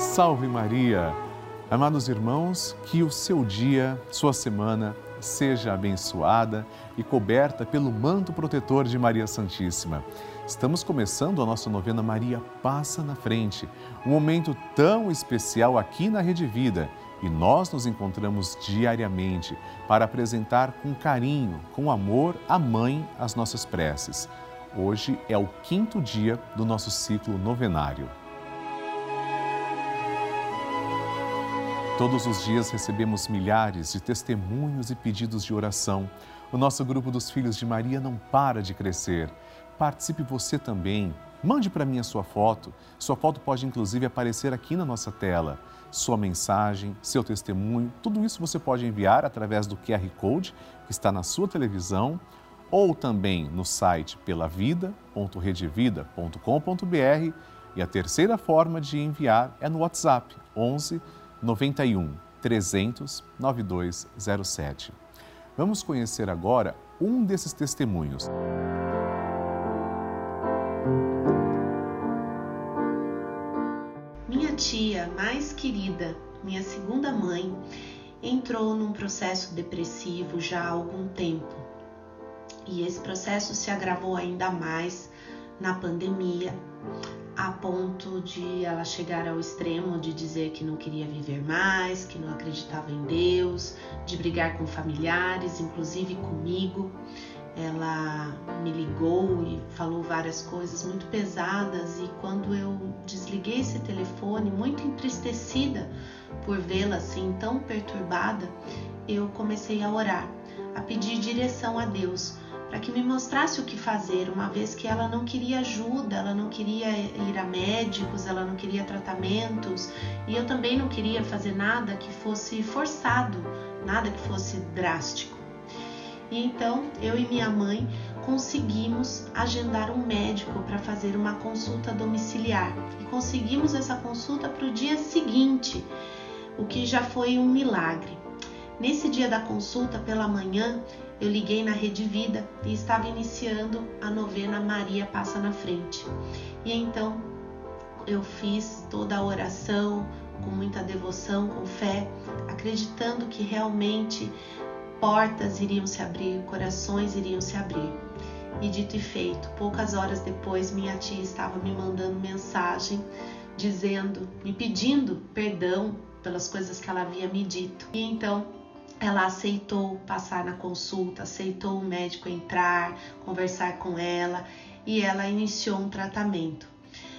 Salve Maria! Amados irmãos, que o seu dia, sua semana, seja abençoada e coberta pelo manto protetor de Maria Santíssima. Estamos começando a nossa novena Maria Passa na Frente, um momento tão especial aqui na Rede Vida. E nós nos encontramos diariamente para apresentar com carinho, com amor, à Mãe as nossas preces. Hoje é o 5º dia do nosso ciclo novenário. Todos os dias recebemos milhares de testemunhos e pedidos de oração. O nosso grupo dos Filhos de Maria não para de crescer. Participe você também. Mande para mim a sua foto. Sua foto pode inclusive aparecer aqui na nossa tela. Sua mensagem, seu testemunho, tudo isso você pode enviar através do QR Code que está na sua televisão ou também no site pelavida.redevida.com.br. E a terceira forma de enviar é no WhatsApp 11 91 300 9207. Vamos conhecer agora um desses testemunhos. Minha tia mais querida, minha segunda mãe, entrou num processo depressivo já há algum tempo. E esse processo se agravou ainda mais na pandemia, a ponto de ela chegar ao extremo de dizer que não queria viver mais, que não acreditava em Deus, de brigar com familiares, inclusive comigo. Ela me ligou e falou várias coisas muito pesadas e quando eu desliguei esse telefone, muito entristecida por vê-la assim tão perturbada, eu comecei a orar, a pedir direção a Deus, para que me mostrasse o que fazer, uma vez que ela não queria ajuda, ela não queria ir a médicos, ela não queria tratamentos e eu também não queria fazer nada que fosse forçado, nada que fosse drástico. E então eu e minha mãe conseguimos agendar um médico para fazer uma consulta domiciliar e conseguimos essa consulta para o dia seguinte, o que já foi um milagre. Nesse dia da consulta pela manhã, eu liguei na Rede Vida e estava iniciando a novena Maria Passa na Frente. E então eu fiz toda a oração com muita devoção, com fé, acreditando que realmente portas iriam se abrir, corações iriam se abrir. E dito e feito, poucas horas depois minha tia estava me mandando mensagem dizendo, me pedindo perdão pelas coisas que ela havia me dito. E então ela aceitou passar na consulta, aceitou o médico entrar, conversar com ela e ela iniciou um tratamento.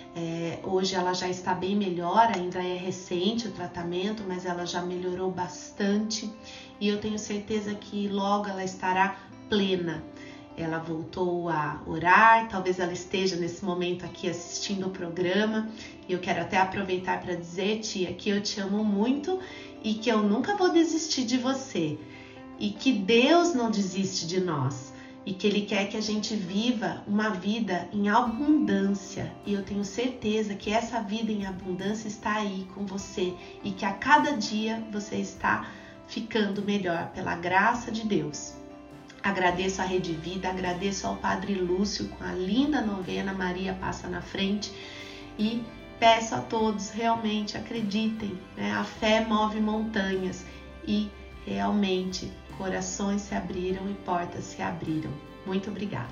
Hoje ela já está bem melhor, ainda é recente o tratamento, mas ela já melhorou bastante e eu tenho certeza que logo ela estará plena. Ela voltou a orar, talvez ela esteja nesse momento aqui assistindo o programa e eu quero até aproveitar para dizer, tia, que eu te amo muito e que eu nunca vou desistir de você e que Deus não desiste de nós e que Ele quer que a gente viva uma vida em abundância e eu tenho certeza que essa vida em abundância está aí com você e que a cada dia você está ficando melhor pela graça de Deus. Agradeço a Rede Vida, agradeço ao Padre Lúcio com a linda novena Maria Passa na Frente e peço a todos, realmente acreditem, né? A fé move montanhas e realmente corações se abriram e portas se abriram. Muito obrigada.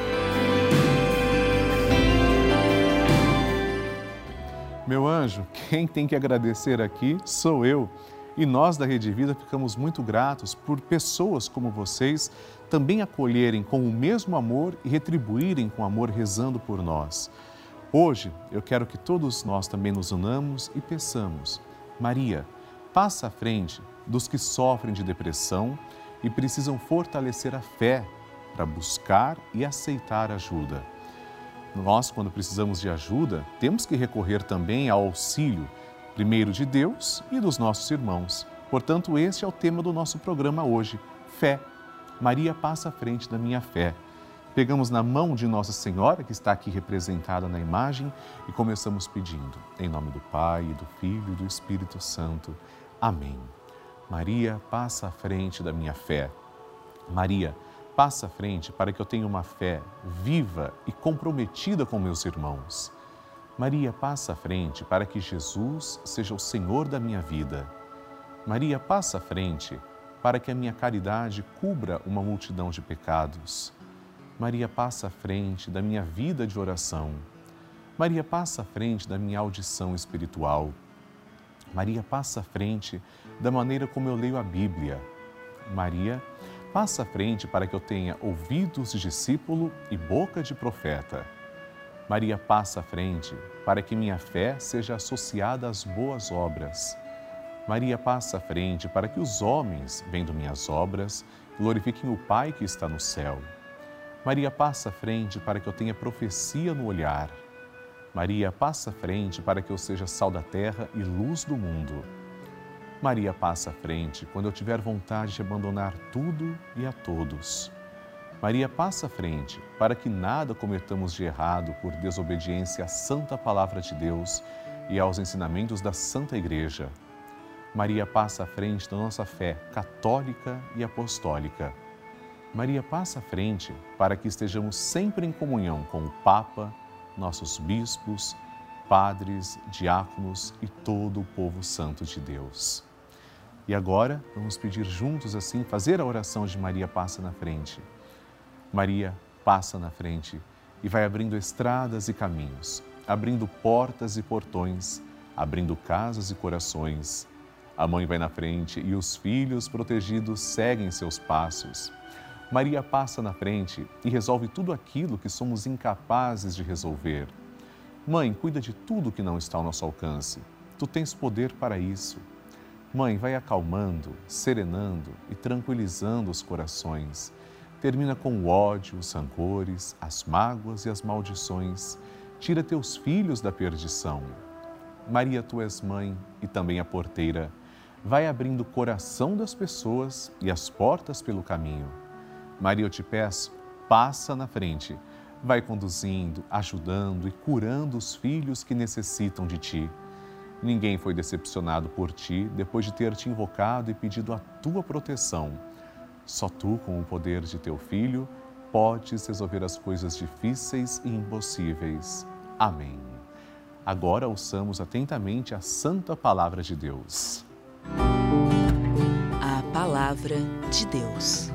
Meu anjo, quem tem que agradecer aqui sou eu. E nós da Rede Vida ficamos muito gratos por pessoas como vocês também acolherem com o mesmo amor e retribuírem com amor rezando por nós. Hoje eu quero que todos nós também nos unamos e peçamos: Maria, passa à frente dos que sofrem de depressão e precisam fortalecer a fé para buscar e aceitar ajuda. Nós, quando precisamos de ajuda, temos que recorrer também ao auxílio, primeiro de Deus e dos nossos irmãos. Portanto, este é o tema do nosso programa hoje, fé. Maria passa à frente da minha fé. Pegamos na mão de Nossa Senhora, que está aqui representada na imagem, e começamos pedindo, em nome do Pai, do Filho e do Espírito Santo. Amém. Maria, passa à frente da minha fé. Maria, passa à frente para que eu tenha uma fé viva e comprometida com meus irmãos. Maria, passa à frente para que Jesus seja o Senhor da minha vida. Maria, passa à frente para que a minha caridade cubra uma multidão de pecados. Maria, passa à frente da minha vida de oração. Maria, passa à frente da minha audição espiritual. Maria, passa à frente da maneira como eu leio a Bíblia. Maria, passa à frente para que eu tenha ouvidos de discípulo e boca de profeta. Maria, passa à frente para que minha fé seja associada às boas obras. Maria, passa à frente para que os homens, vendo minhas obras, glorifiquem o Pai que está no céu. Maria, passa à frente para que eu tenha profecia no olhar. Maria, passa à frente para que eu seja sal da terra e luz do mundo. Maria, passa à frente quando eu tiver vontade de abandonar tudo e a todos. Maria, passa à frente para que nada cometamos de errado por desobediência à santa palavra de Deus e aos ensinamentos da Santa Igreja. Maria, passa à frente da nossa fé católica e apostólica. Maria, passa à frente para que estejamos sempre em comunhão com o Papa, nossos bispos, padres, diáconos e todo o povo santo de Deus. E agora, vamos pedir juntos assim, fazer a oração de Maria passa na frente. Maria passa na frente e vai abrindo estradas e caminhos, abrindo portas e portões, abrindo casas e corações. A mãe vai na frente e os filhos protegidos seguem seus passos. Maria passa na frente e resolve tudo aquilo que somos incapazes de resolver. Mãe, cuida de tudo que não está ao nosso alcance. Tu tens poder para isso. Mãe, vai acalmando, serenando e tranquilizando os corações. Termina com o ódio, os rancores, as mágoas e as maldições. Tira teus filhos da perdição. Maria, tu és mãe e também a porteira. Vai abrindo o coração das pessoas e as portas pelo caminho. Maria, eu te peço, passa na frente. Vai conduzindo, ajudando e curando os filhos que necessitam de ti. Ninguém foi decepcionado por ti depois de ter te invocado e pedido a tua proteção. Só tu, com o poder de teu Filho, podes resolver as coisas difíceis e impossíveis. Amém. Agora ouçamos atentamente a Santa Palavra de Deus. A Palavra de Deus.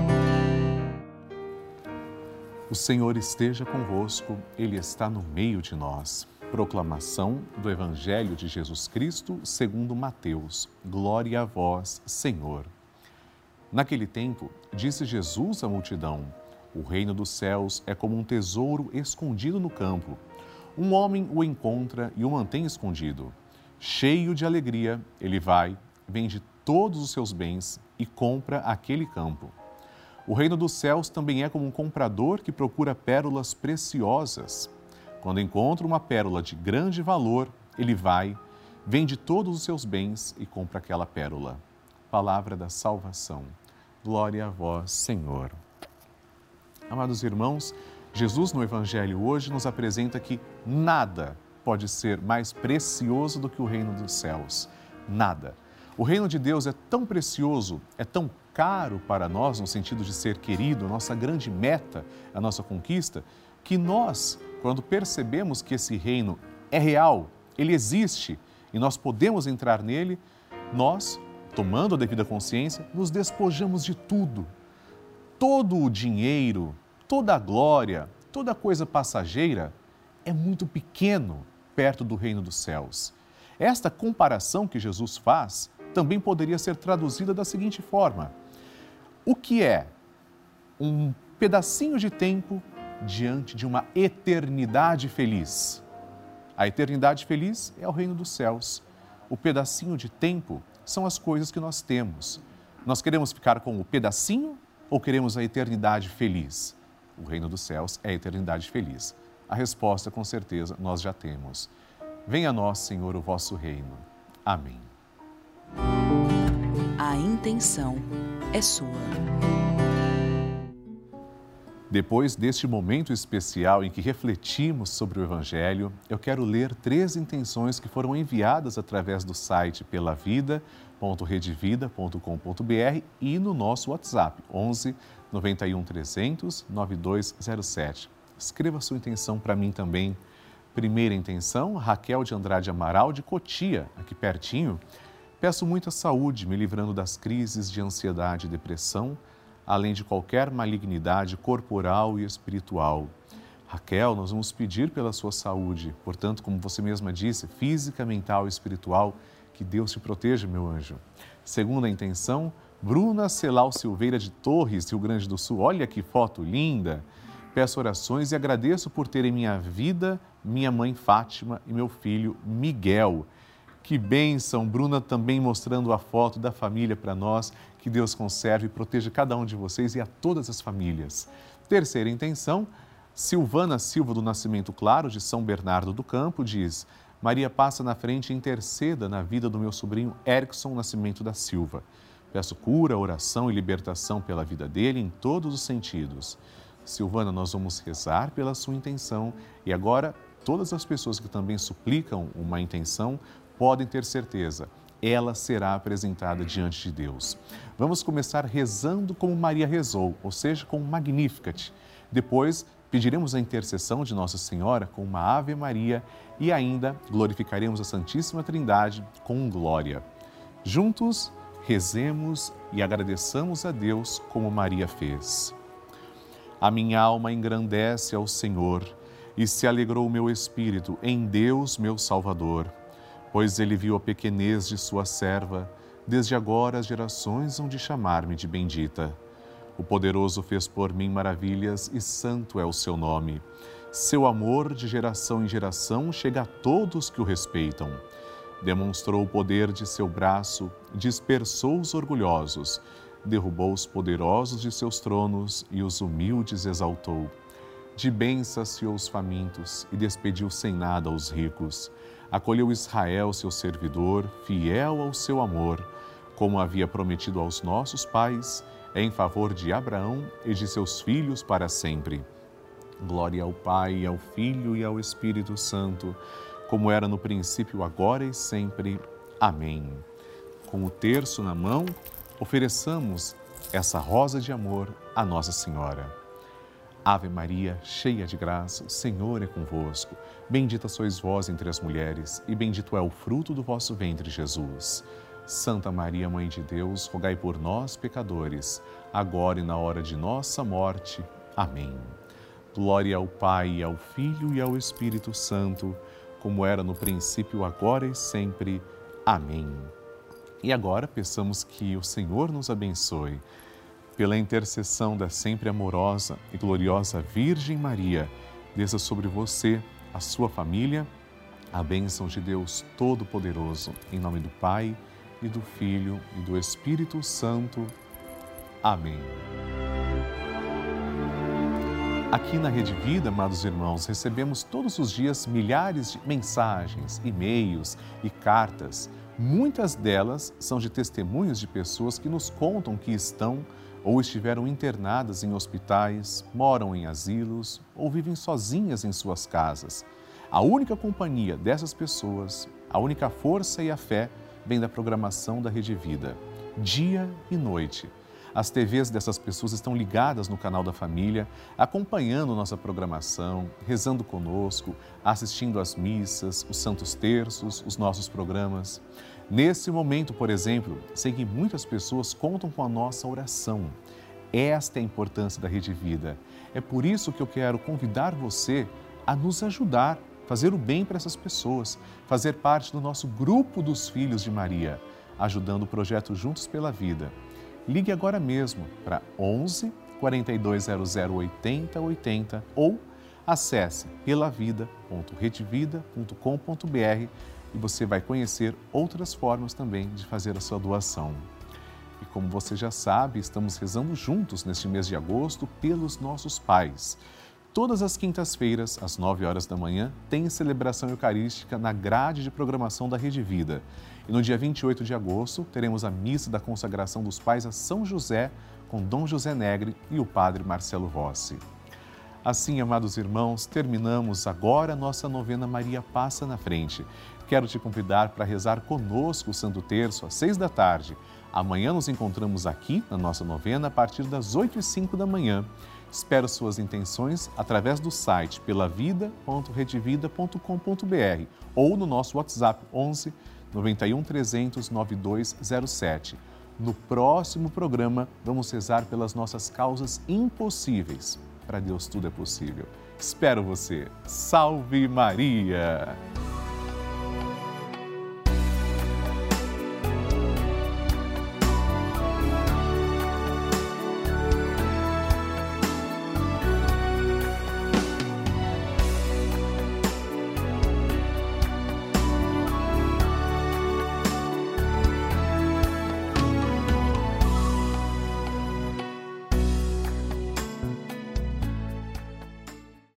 O Senhor esteja convosco, Ele está no meio de nós. Proclamação do Evangelho de Jesus Cristo segundo Mateus. Glória a vós, Senhor. Naquele tempo, disse Jesus à multidão: o reino dos céus é como um tesouro escondido no campo. Um homem o encontra e o mantém escondido. Cheio de alegria, ele vai, vende todos os seus bens e compra aquele campo. O reino dos céus também é como um comprador que procura pérolas preciosas. Quando encontra uma pérola de grande valor, ele vai, vende todos os seus bens e compra aquela pérola. Palavra da salvação. Glória a vós, Senhor. Amados irmãos, Jesus no Evangelho hoje nos apresenta que nada pode ser mais precioso do que o reino dos céus. Nada. O reino de Deus é tão precioso, é tão caro para nós, no sentido de ser querido, a nossa grande meta, a nossa conquista, que nós, quando percebemos que esse reino é real, ele existe e nós podemos entrar nele, nós, tomando a devida consciência, nos despojamos de tudo. Todo o dinheiro, toda a glória, toda a coisa passageira é muito pequeno perto do reino dos céus. Esta comparação que Jesus faz também poderia ser traduzida da seguinte forma: o que é um pedacinho de tempo diante de uma eternidade feliz? A eternidade feliz é o reino dos céus. O pedacinho de tempo são as coisas que nós temos. Nós queremos ficar com o pedacinho ou queremos a eternidade feliz? O reino dos céus é a eternidade feliz. A resposta, com certeza, nós já temos. Venha a nós, Senhor, o vosso reino. Amém. A intenção é sua. Depois deste momento especial em que refletimos sobre o Evangelho, eu quero ler 3 intenções que foram enviadas através do site pelavida.redevida.com.br e no nosso WhatsApp, 11 91 300 9207. Escreva sua intenção para mim também. Primeira intenção, Raquel de Andrade Amaral, de Cotia, aqui pertinho. Peço muita saúde, me livrando das crises de ansiedade e depressão, além de qualquer malignidade corporal e espiritual. Raquel, nós vamos pedir pela sua saúde, portanto, como você mesma disse, física, mental e espiritual, que Deus te proteja, meu anjo. Segunda intenção, Bruna Celal Silveira de Torres, Rio Grande do Sul. Olha que foto linda! Peço orações e agradeço por ter em minha vida minha mãe Fátima e meu filho Miguel. Que bênção! Bruna também mostrando a foto da família para nós. Que Deus conserve e proteja cada um de vocês e a todas as famílias. Terceira intenção, Silvana Silva do Nascimento Claro, de São Bernardo do Campo, diz: Maria passa na frente e interceda na vida do meu sobrinho Erickson Nascimento da Silva. Peço cura, oração e libertação pela vida dele em todos os sentidos. Silvana, nós vamos rezar pela sua intenção e agora todas as pessoas que também suplicam uma intenção podem ter certeza, ela será apresentada diante de Deus. Vamos começar rezando como Maria rezou, ou seja, com o Magnificat. Depois, pediremos a intercessão de Nossa Senhora com uma Ave Maria e ainda glorificaremos a Santíssima Trindade com glória. Juntos, rezemos e agradeçamos a Deus como Maria fez. A minha alma engrandece ao Senhor e se alegrou o meu espírito em Deus, meu Salvador, pois ele viu a pequenez de sua serva. Desde agora as gerações hão de chamar-me de bendita. O poderoso fez por mim maravilhas e santo é o seu nome. Seu amor de geração em geração chega a todos que o respeitam. Demonstrou o poder de seu braço, dispersou os orgulhosos, derrubou os poderosos de seus tronos e os humildes exaltou. De bem saciou os famintos e despediu sem nada os ricos. Acolheu Israel, seu servidor, fiel ao seu amor, como havia prometido aos nossos pais, em favor de Abraão e de seus filhos para sempre. Glória ao Pai, ao Filho e ao Espírito Santo, como era no princípio, agora e sempre. Amém. Com o terço na mão, ofereçamos essa rosa de amor à Nossa Senhora. Ave Maria, cheia de graça, o Senhor é convosco. Bendita sois vós entre as mulheres, e bendito é o fruto do vosso ventre, Jesus. Santa Maria, Mãe de Deus, rogai por nós, pecadores, agora e na hora de nossa morte. Amém. Glória ao Pai, ao Filho e ao Espírito Santo, como era no princípio, agora e sempre. Amém. E agora peçamos que o Senhor nos abençoe. Pela intercessão da sempre amorosa e gloriosa Virgem Maria, desça sobre você, a sua família, a bênção de Deus Todo-Poderoso. Em nome do Pai, e do Filho, e do Espírito Santo. Amém. Aqui na Rede Vida, amados irmãos, recebemos todos os dias milhares de mensagens, e-mails e cartas. Muitas delas são de testemunhos de pessoas que nos contam que estão ou estiveram internadas em hospitais, moram em asilos ou vivem sozinhas em suas casas. A única companhia dessas pessoas, a única força e a fé vem da programação da Rede Vida, dia e noite. As TVs dessas pessoas estão ligadas no canal da família, acompanhando nossa programação, rezando conosco, assistindo às missas, os santos terços, os nossos programas. Nesse momento, por exemplo, sei que muitas pessoas contam com a nossa oração. Esta é a importância da Rede Vida. É por isso que eu quero convidar você a nos ajudar, fazer o bem para essas pessoas, fazer parte do nosso grupo dos Filhos de Maria, ajudando o projeto Juntos pela Vida. Ligue agora mesmo para 11 4200 8080 ou acesse pelavida.redevida.com.br e você vai conhecer outras formas também de fazer a sua doação. E como você já sabe, estamos rezando juntos neste mês de agosto pelos nossos pais. Todas as quintas-feiras, às 9 horas da manhã, tem celebração eucarística na grade de programação da Rede Vida. E no dia 28 de agosto, teremos a missa da consagração dos pais a São José, com Dom José Negre e o Padre Marcelo Rossi. Assim, amados irmãos, terminamos agora a nossa novena Maria Passa na Frente. Quero te convidar para rezar conosco o Santo Terço às 6 da tarde. Amanhã nos encontramos aqui na nossa novena a partir das 8h05 da manhã. Espero suas intenções através do site pelavida.redevida.com.br ou no nosso WhatsApp 11 91 300 9207. No próximo programa, vamos rezar pelas nossas causas impossíveis. Para Deus tudo é possível. Espero você. Salve Maria!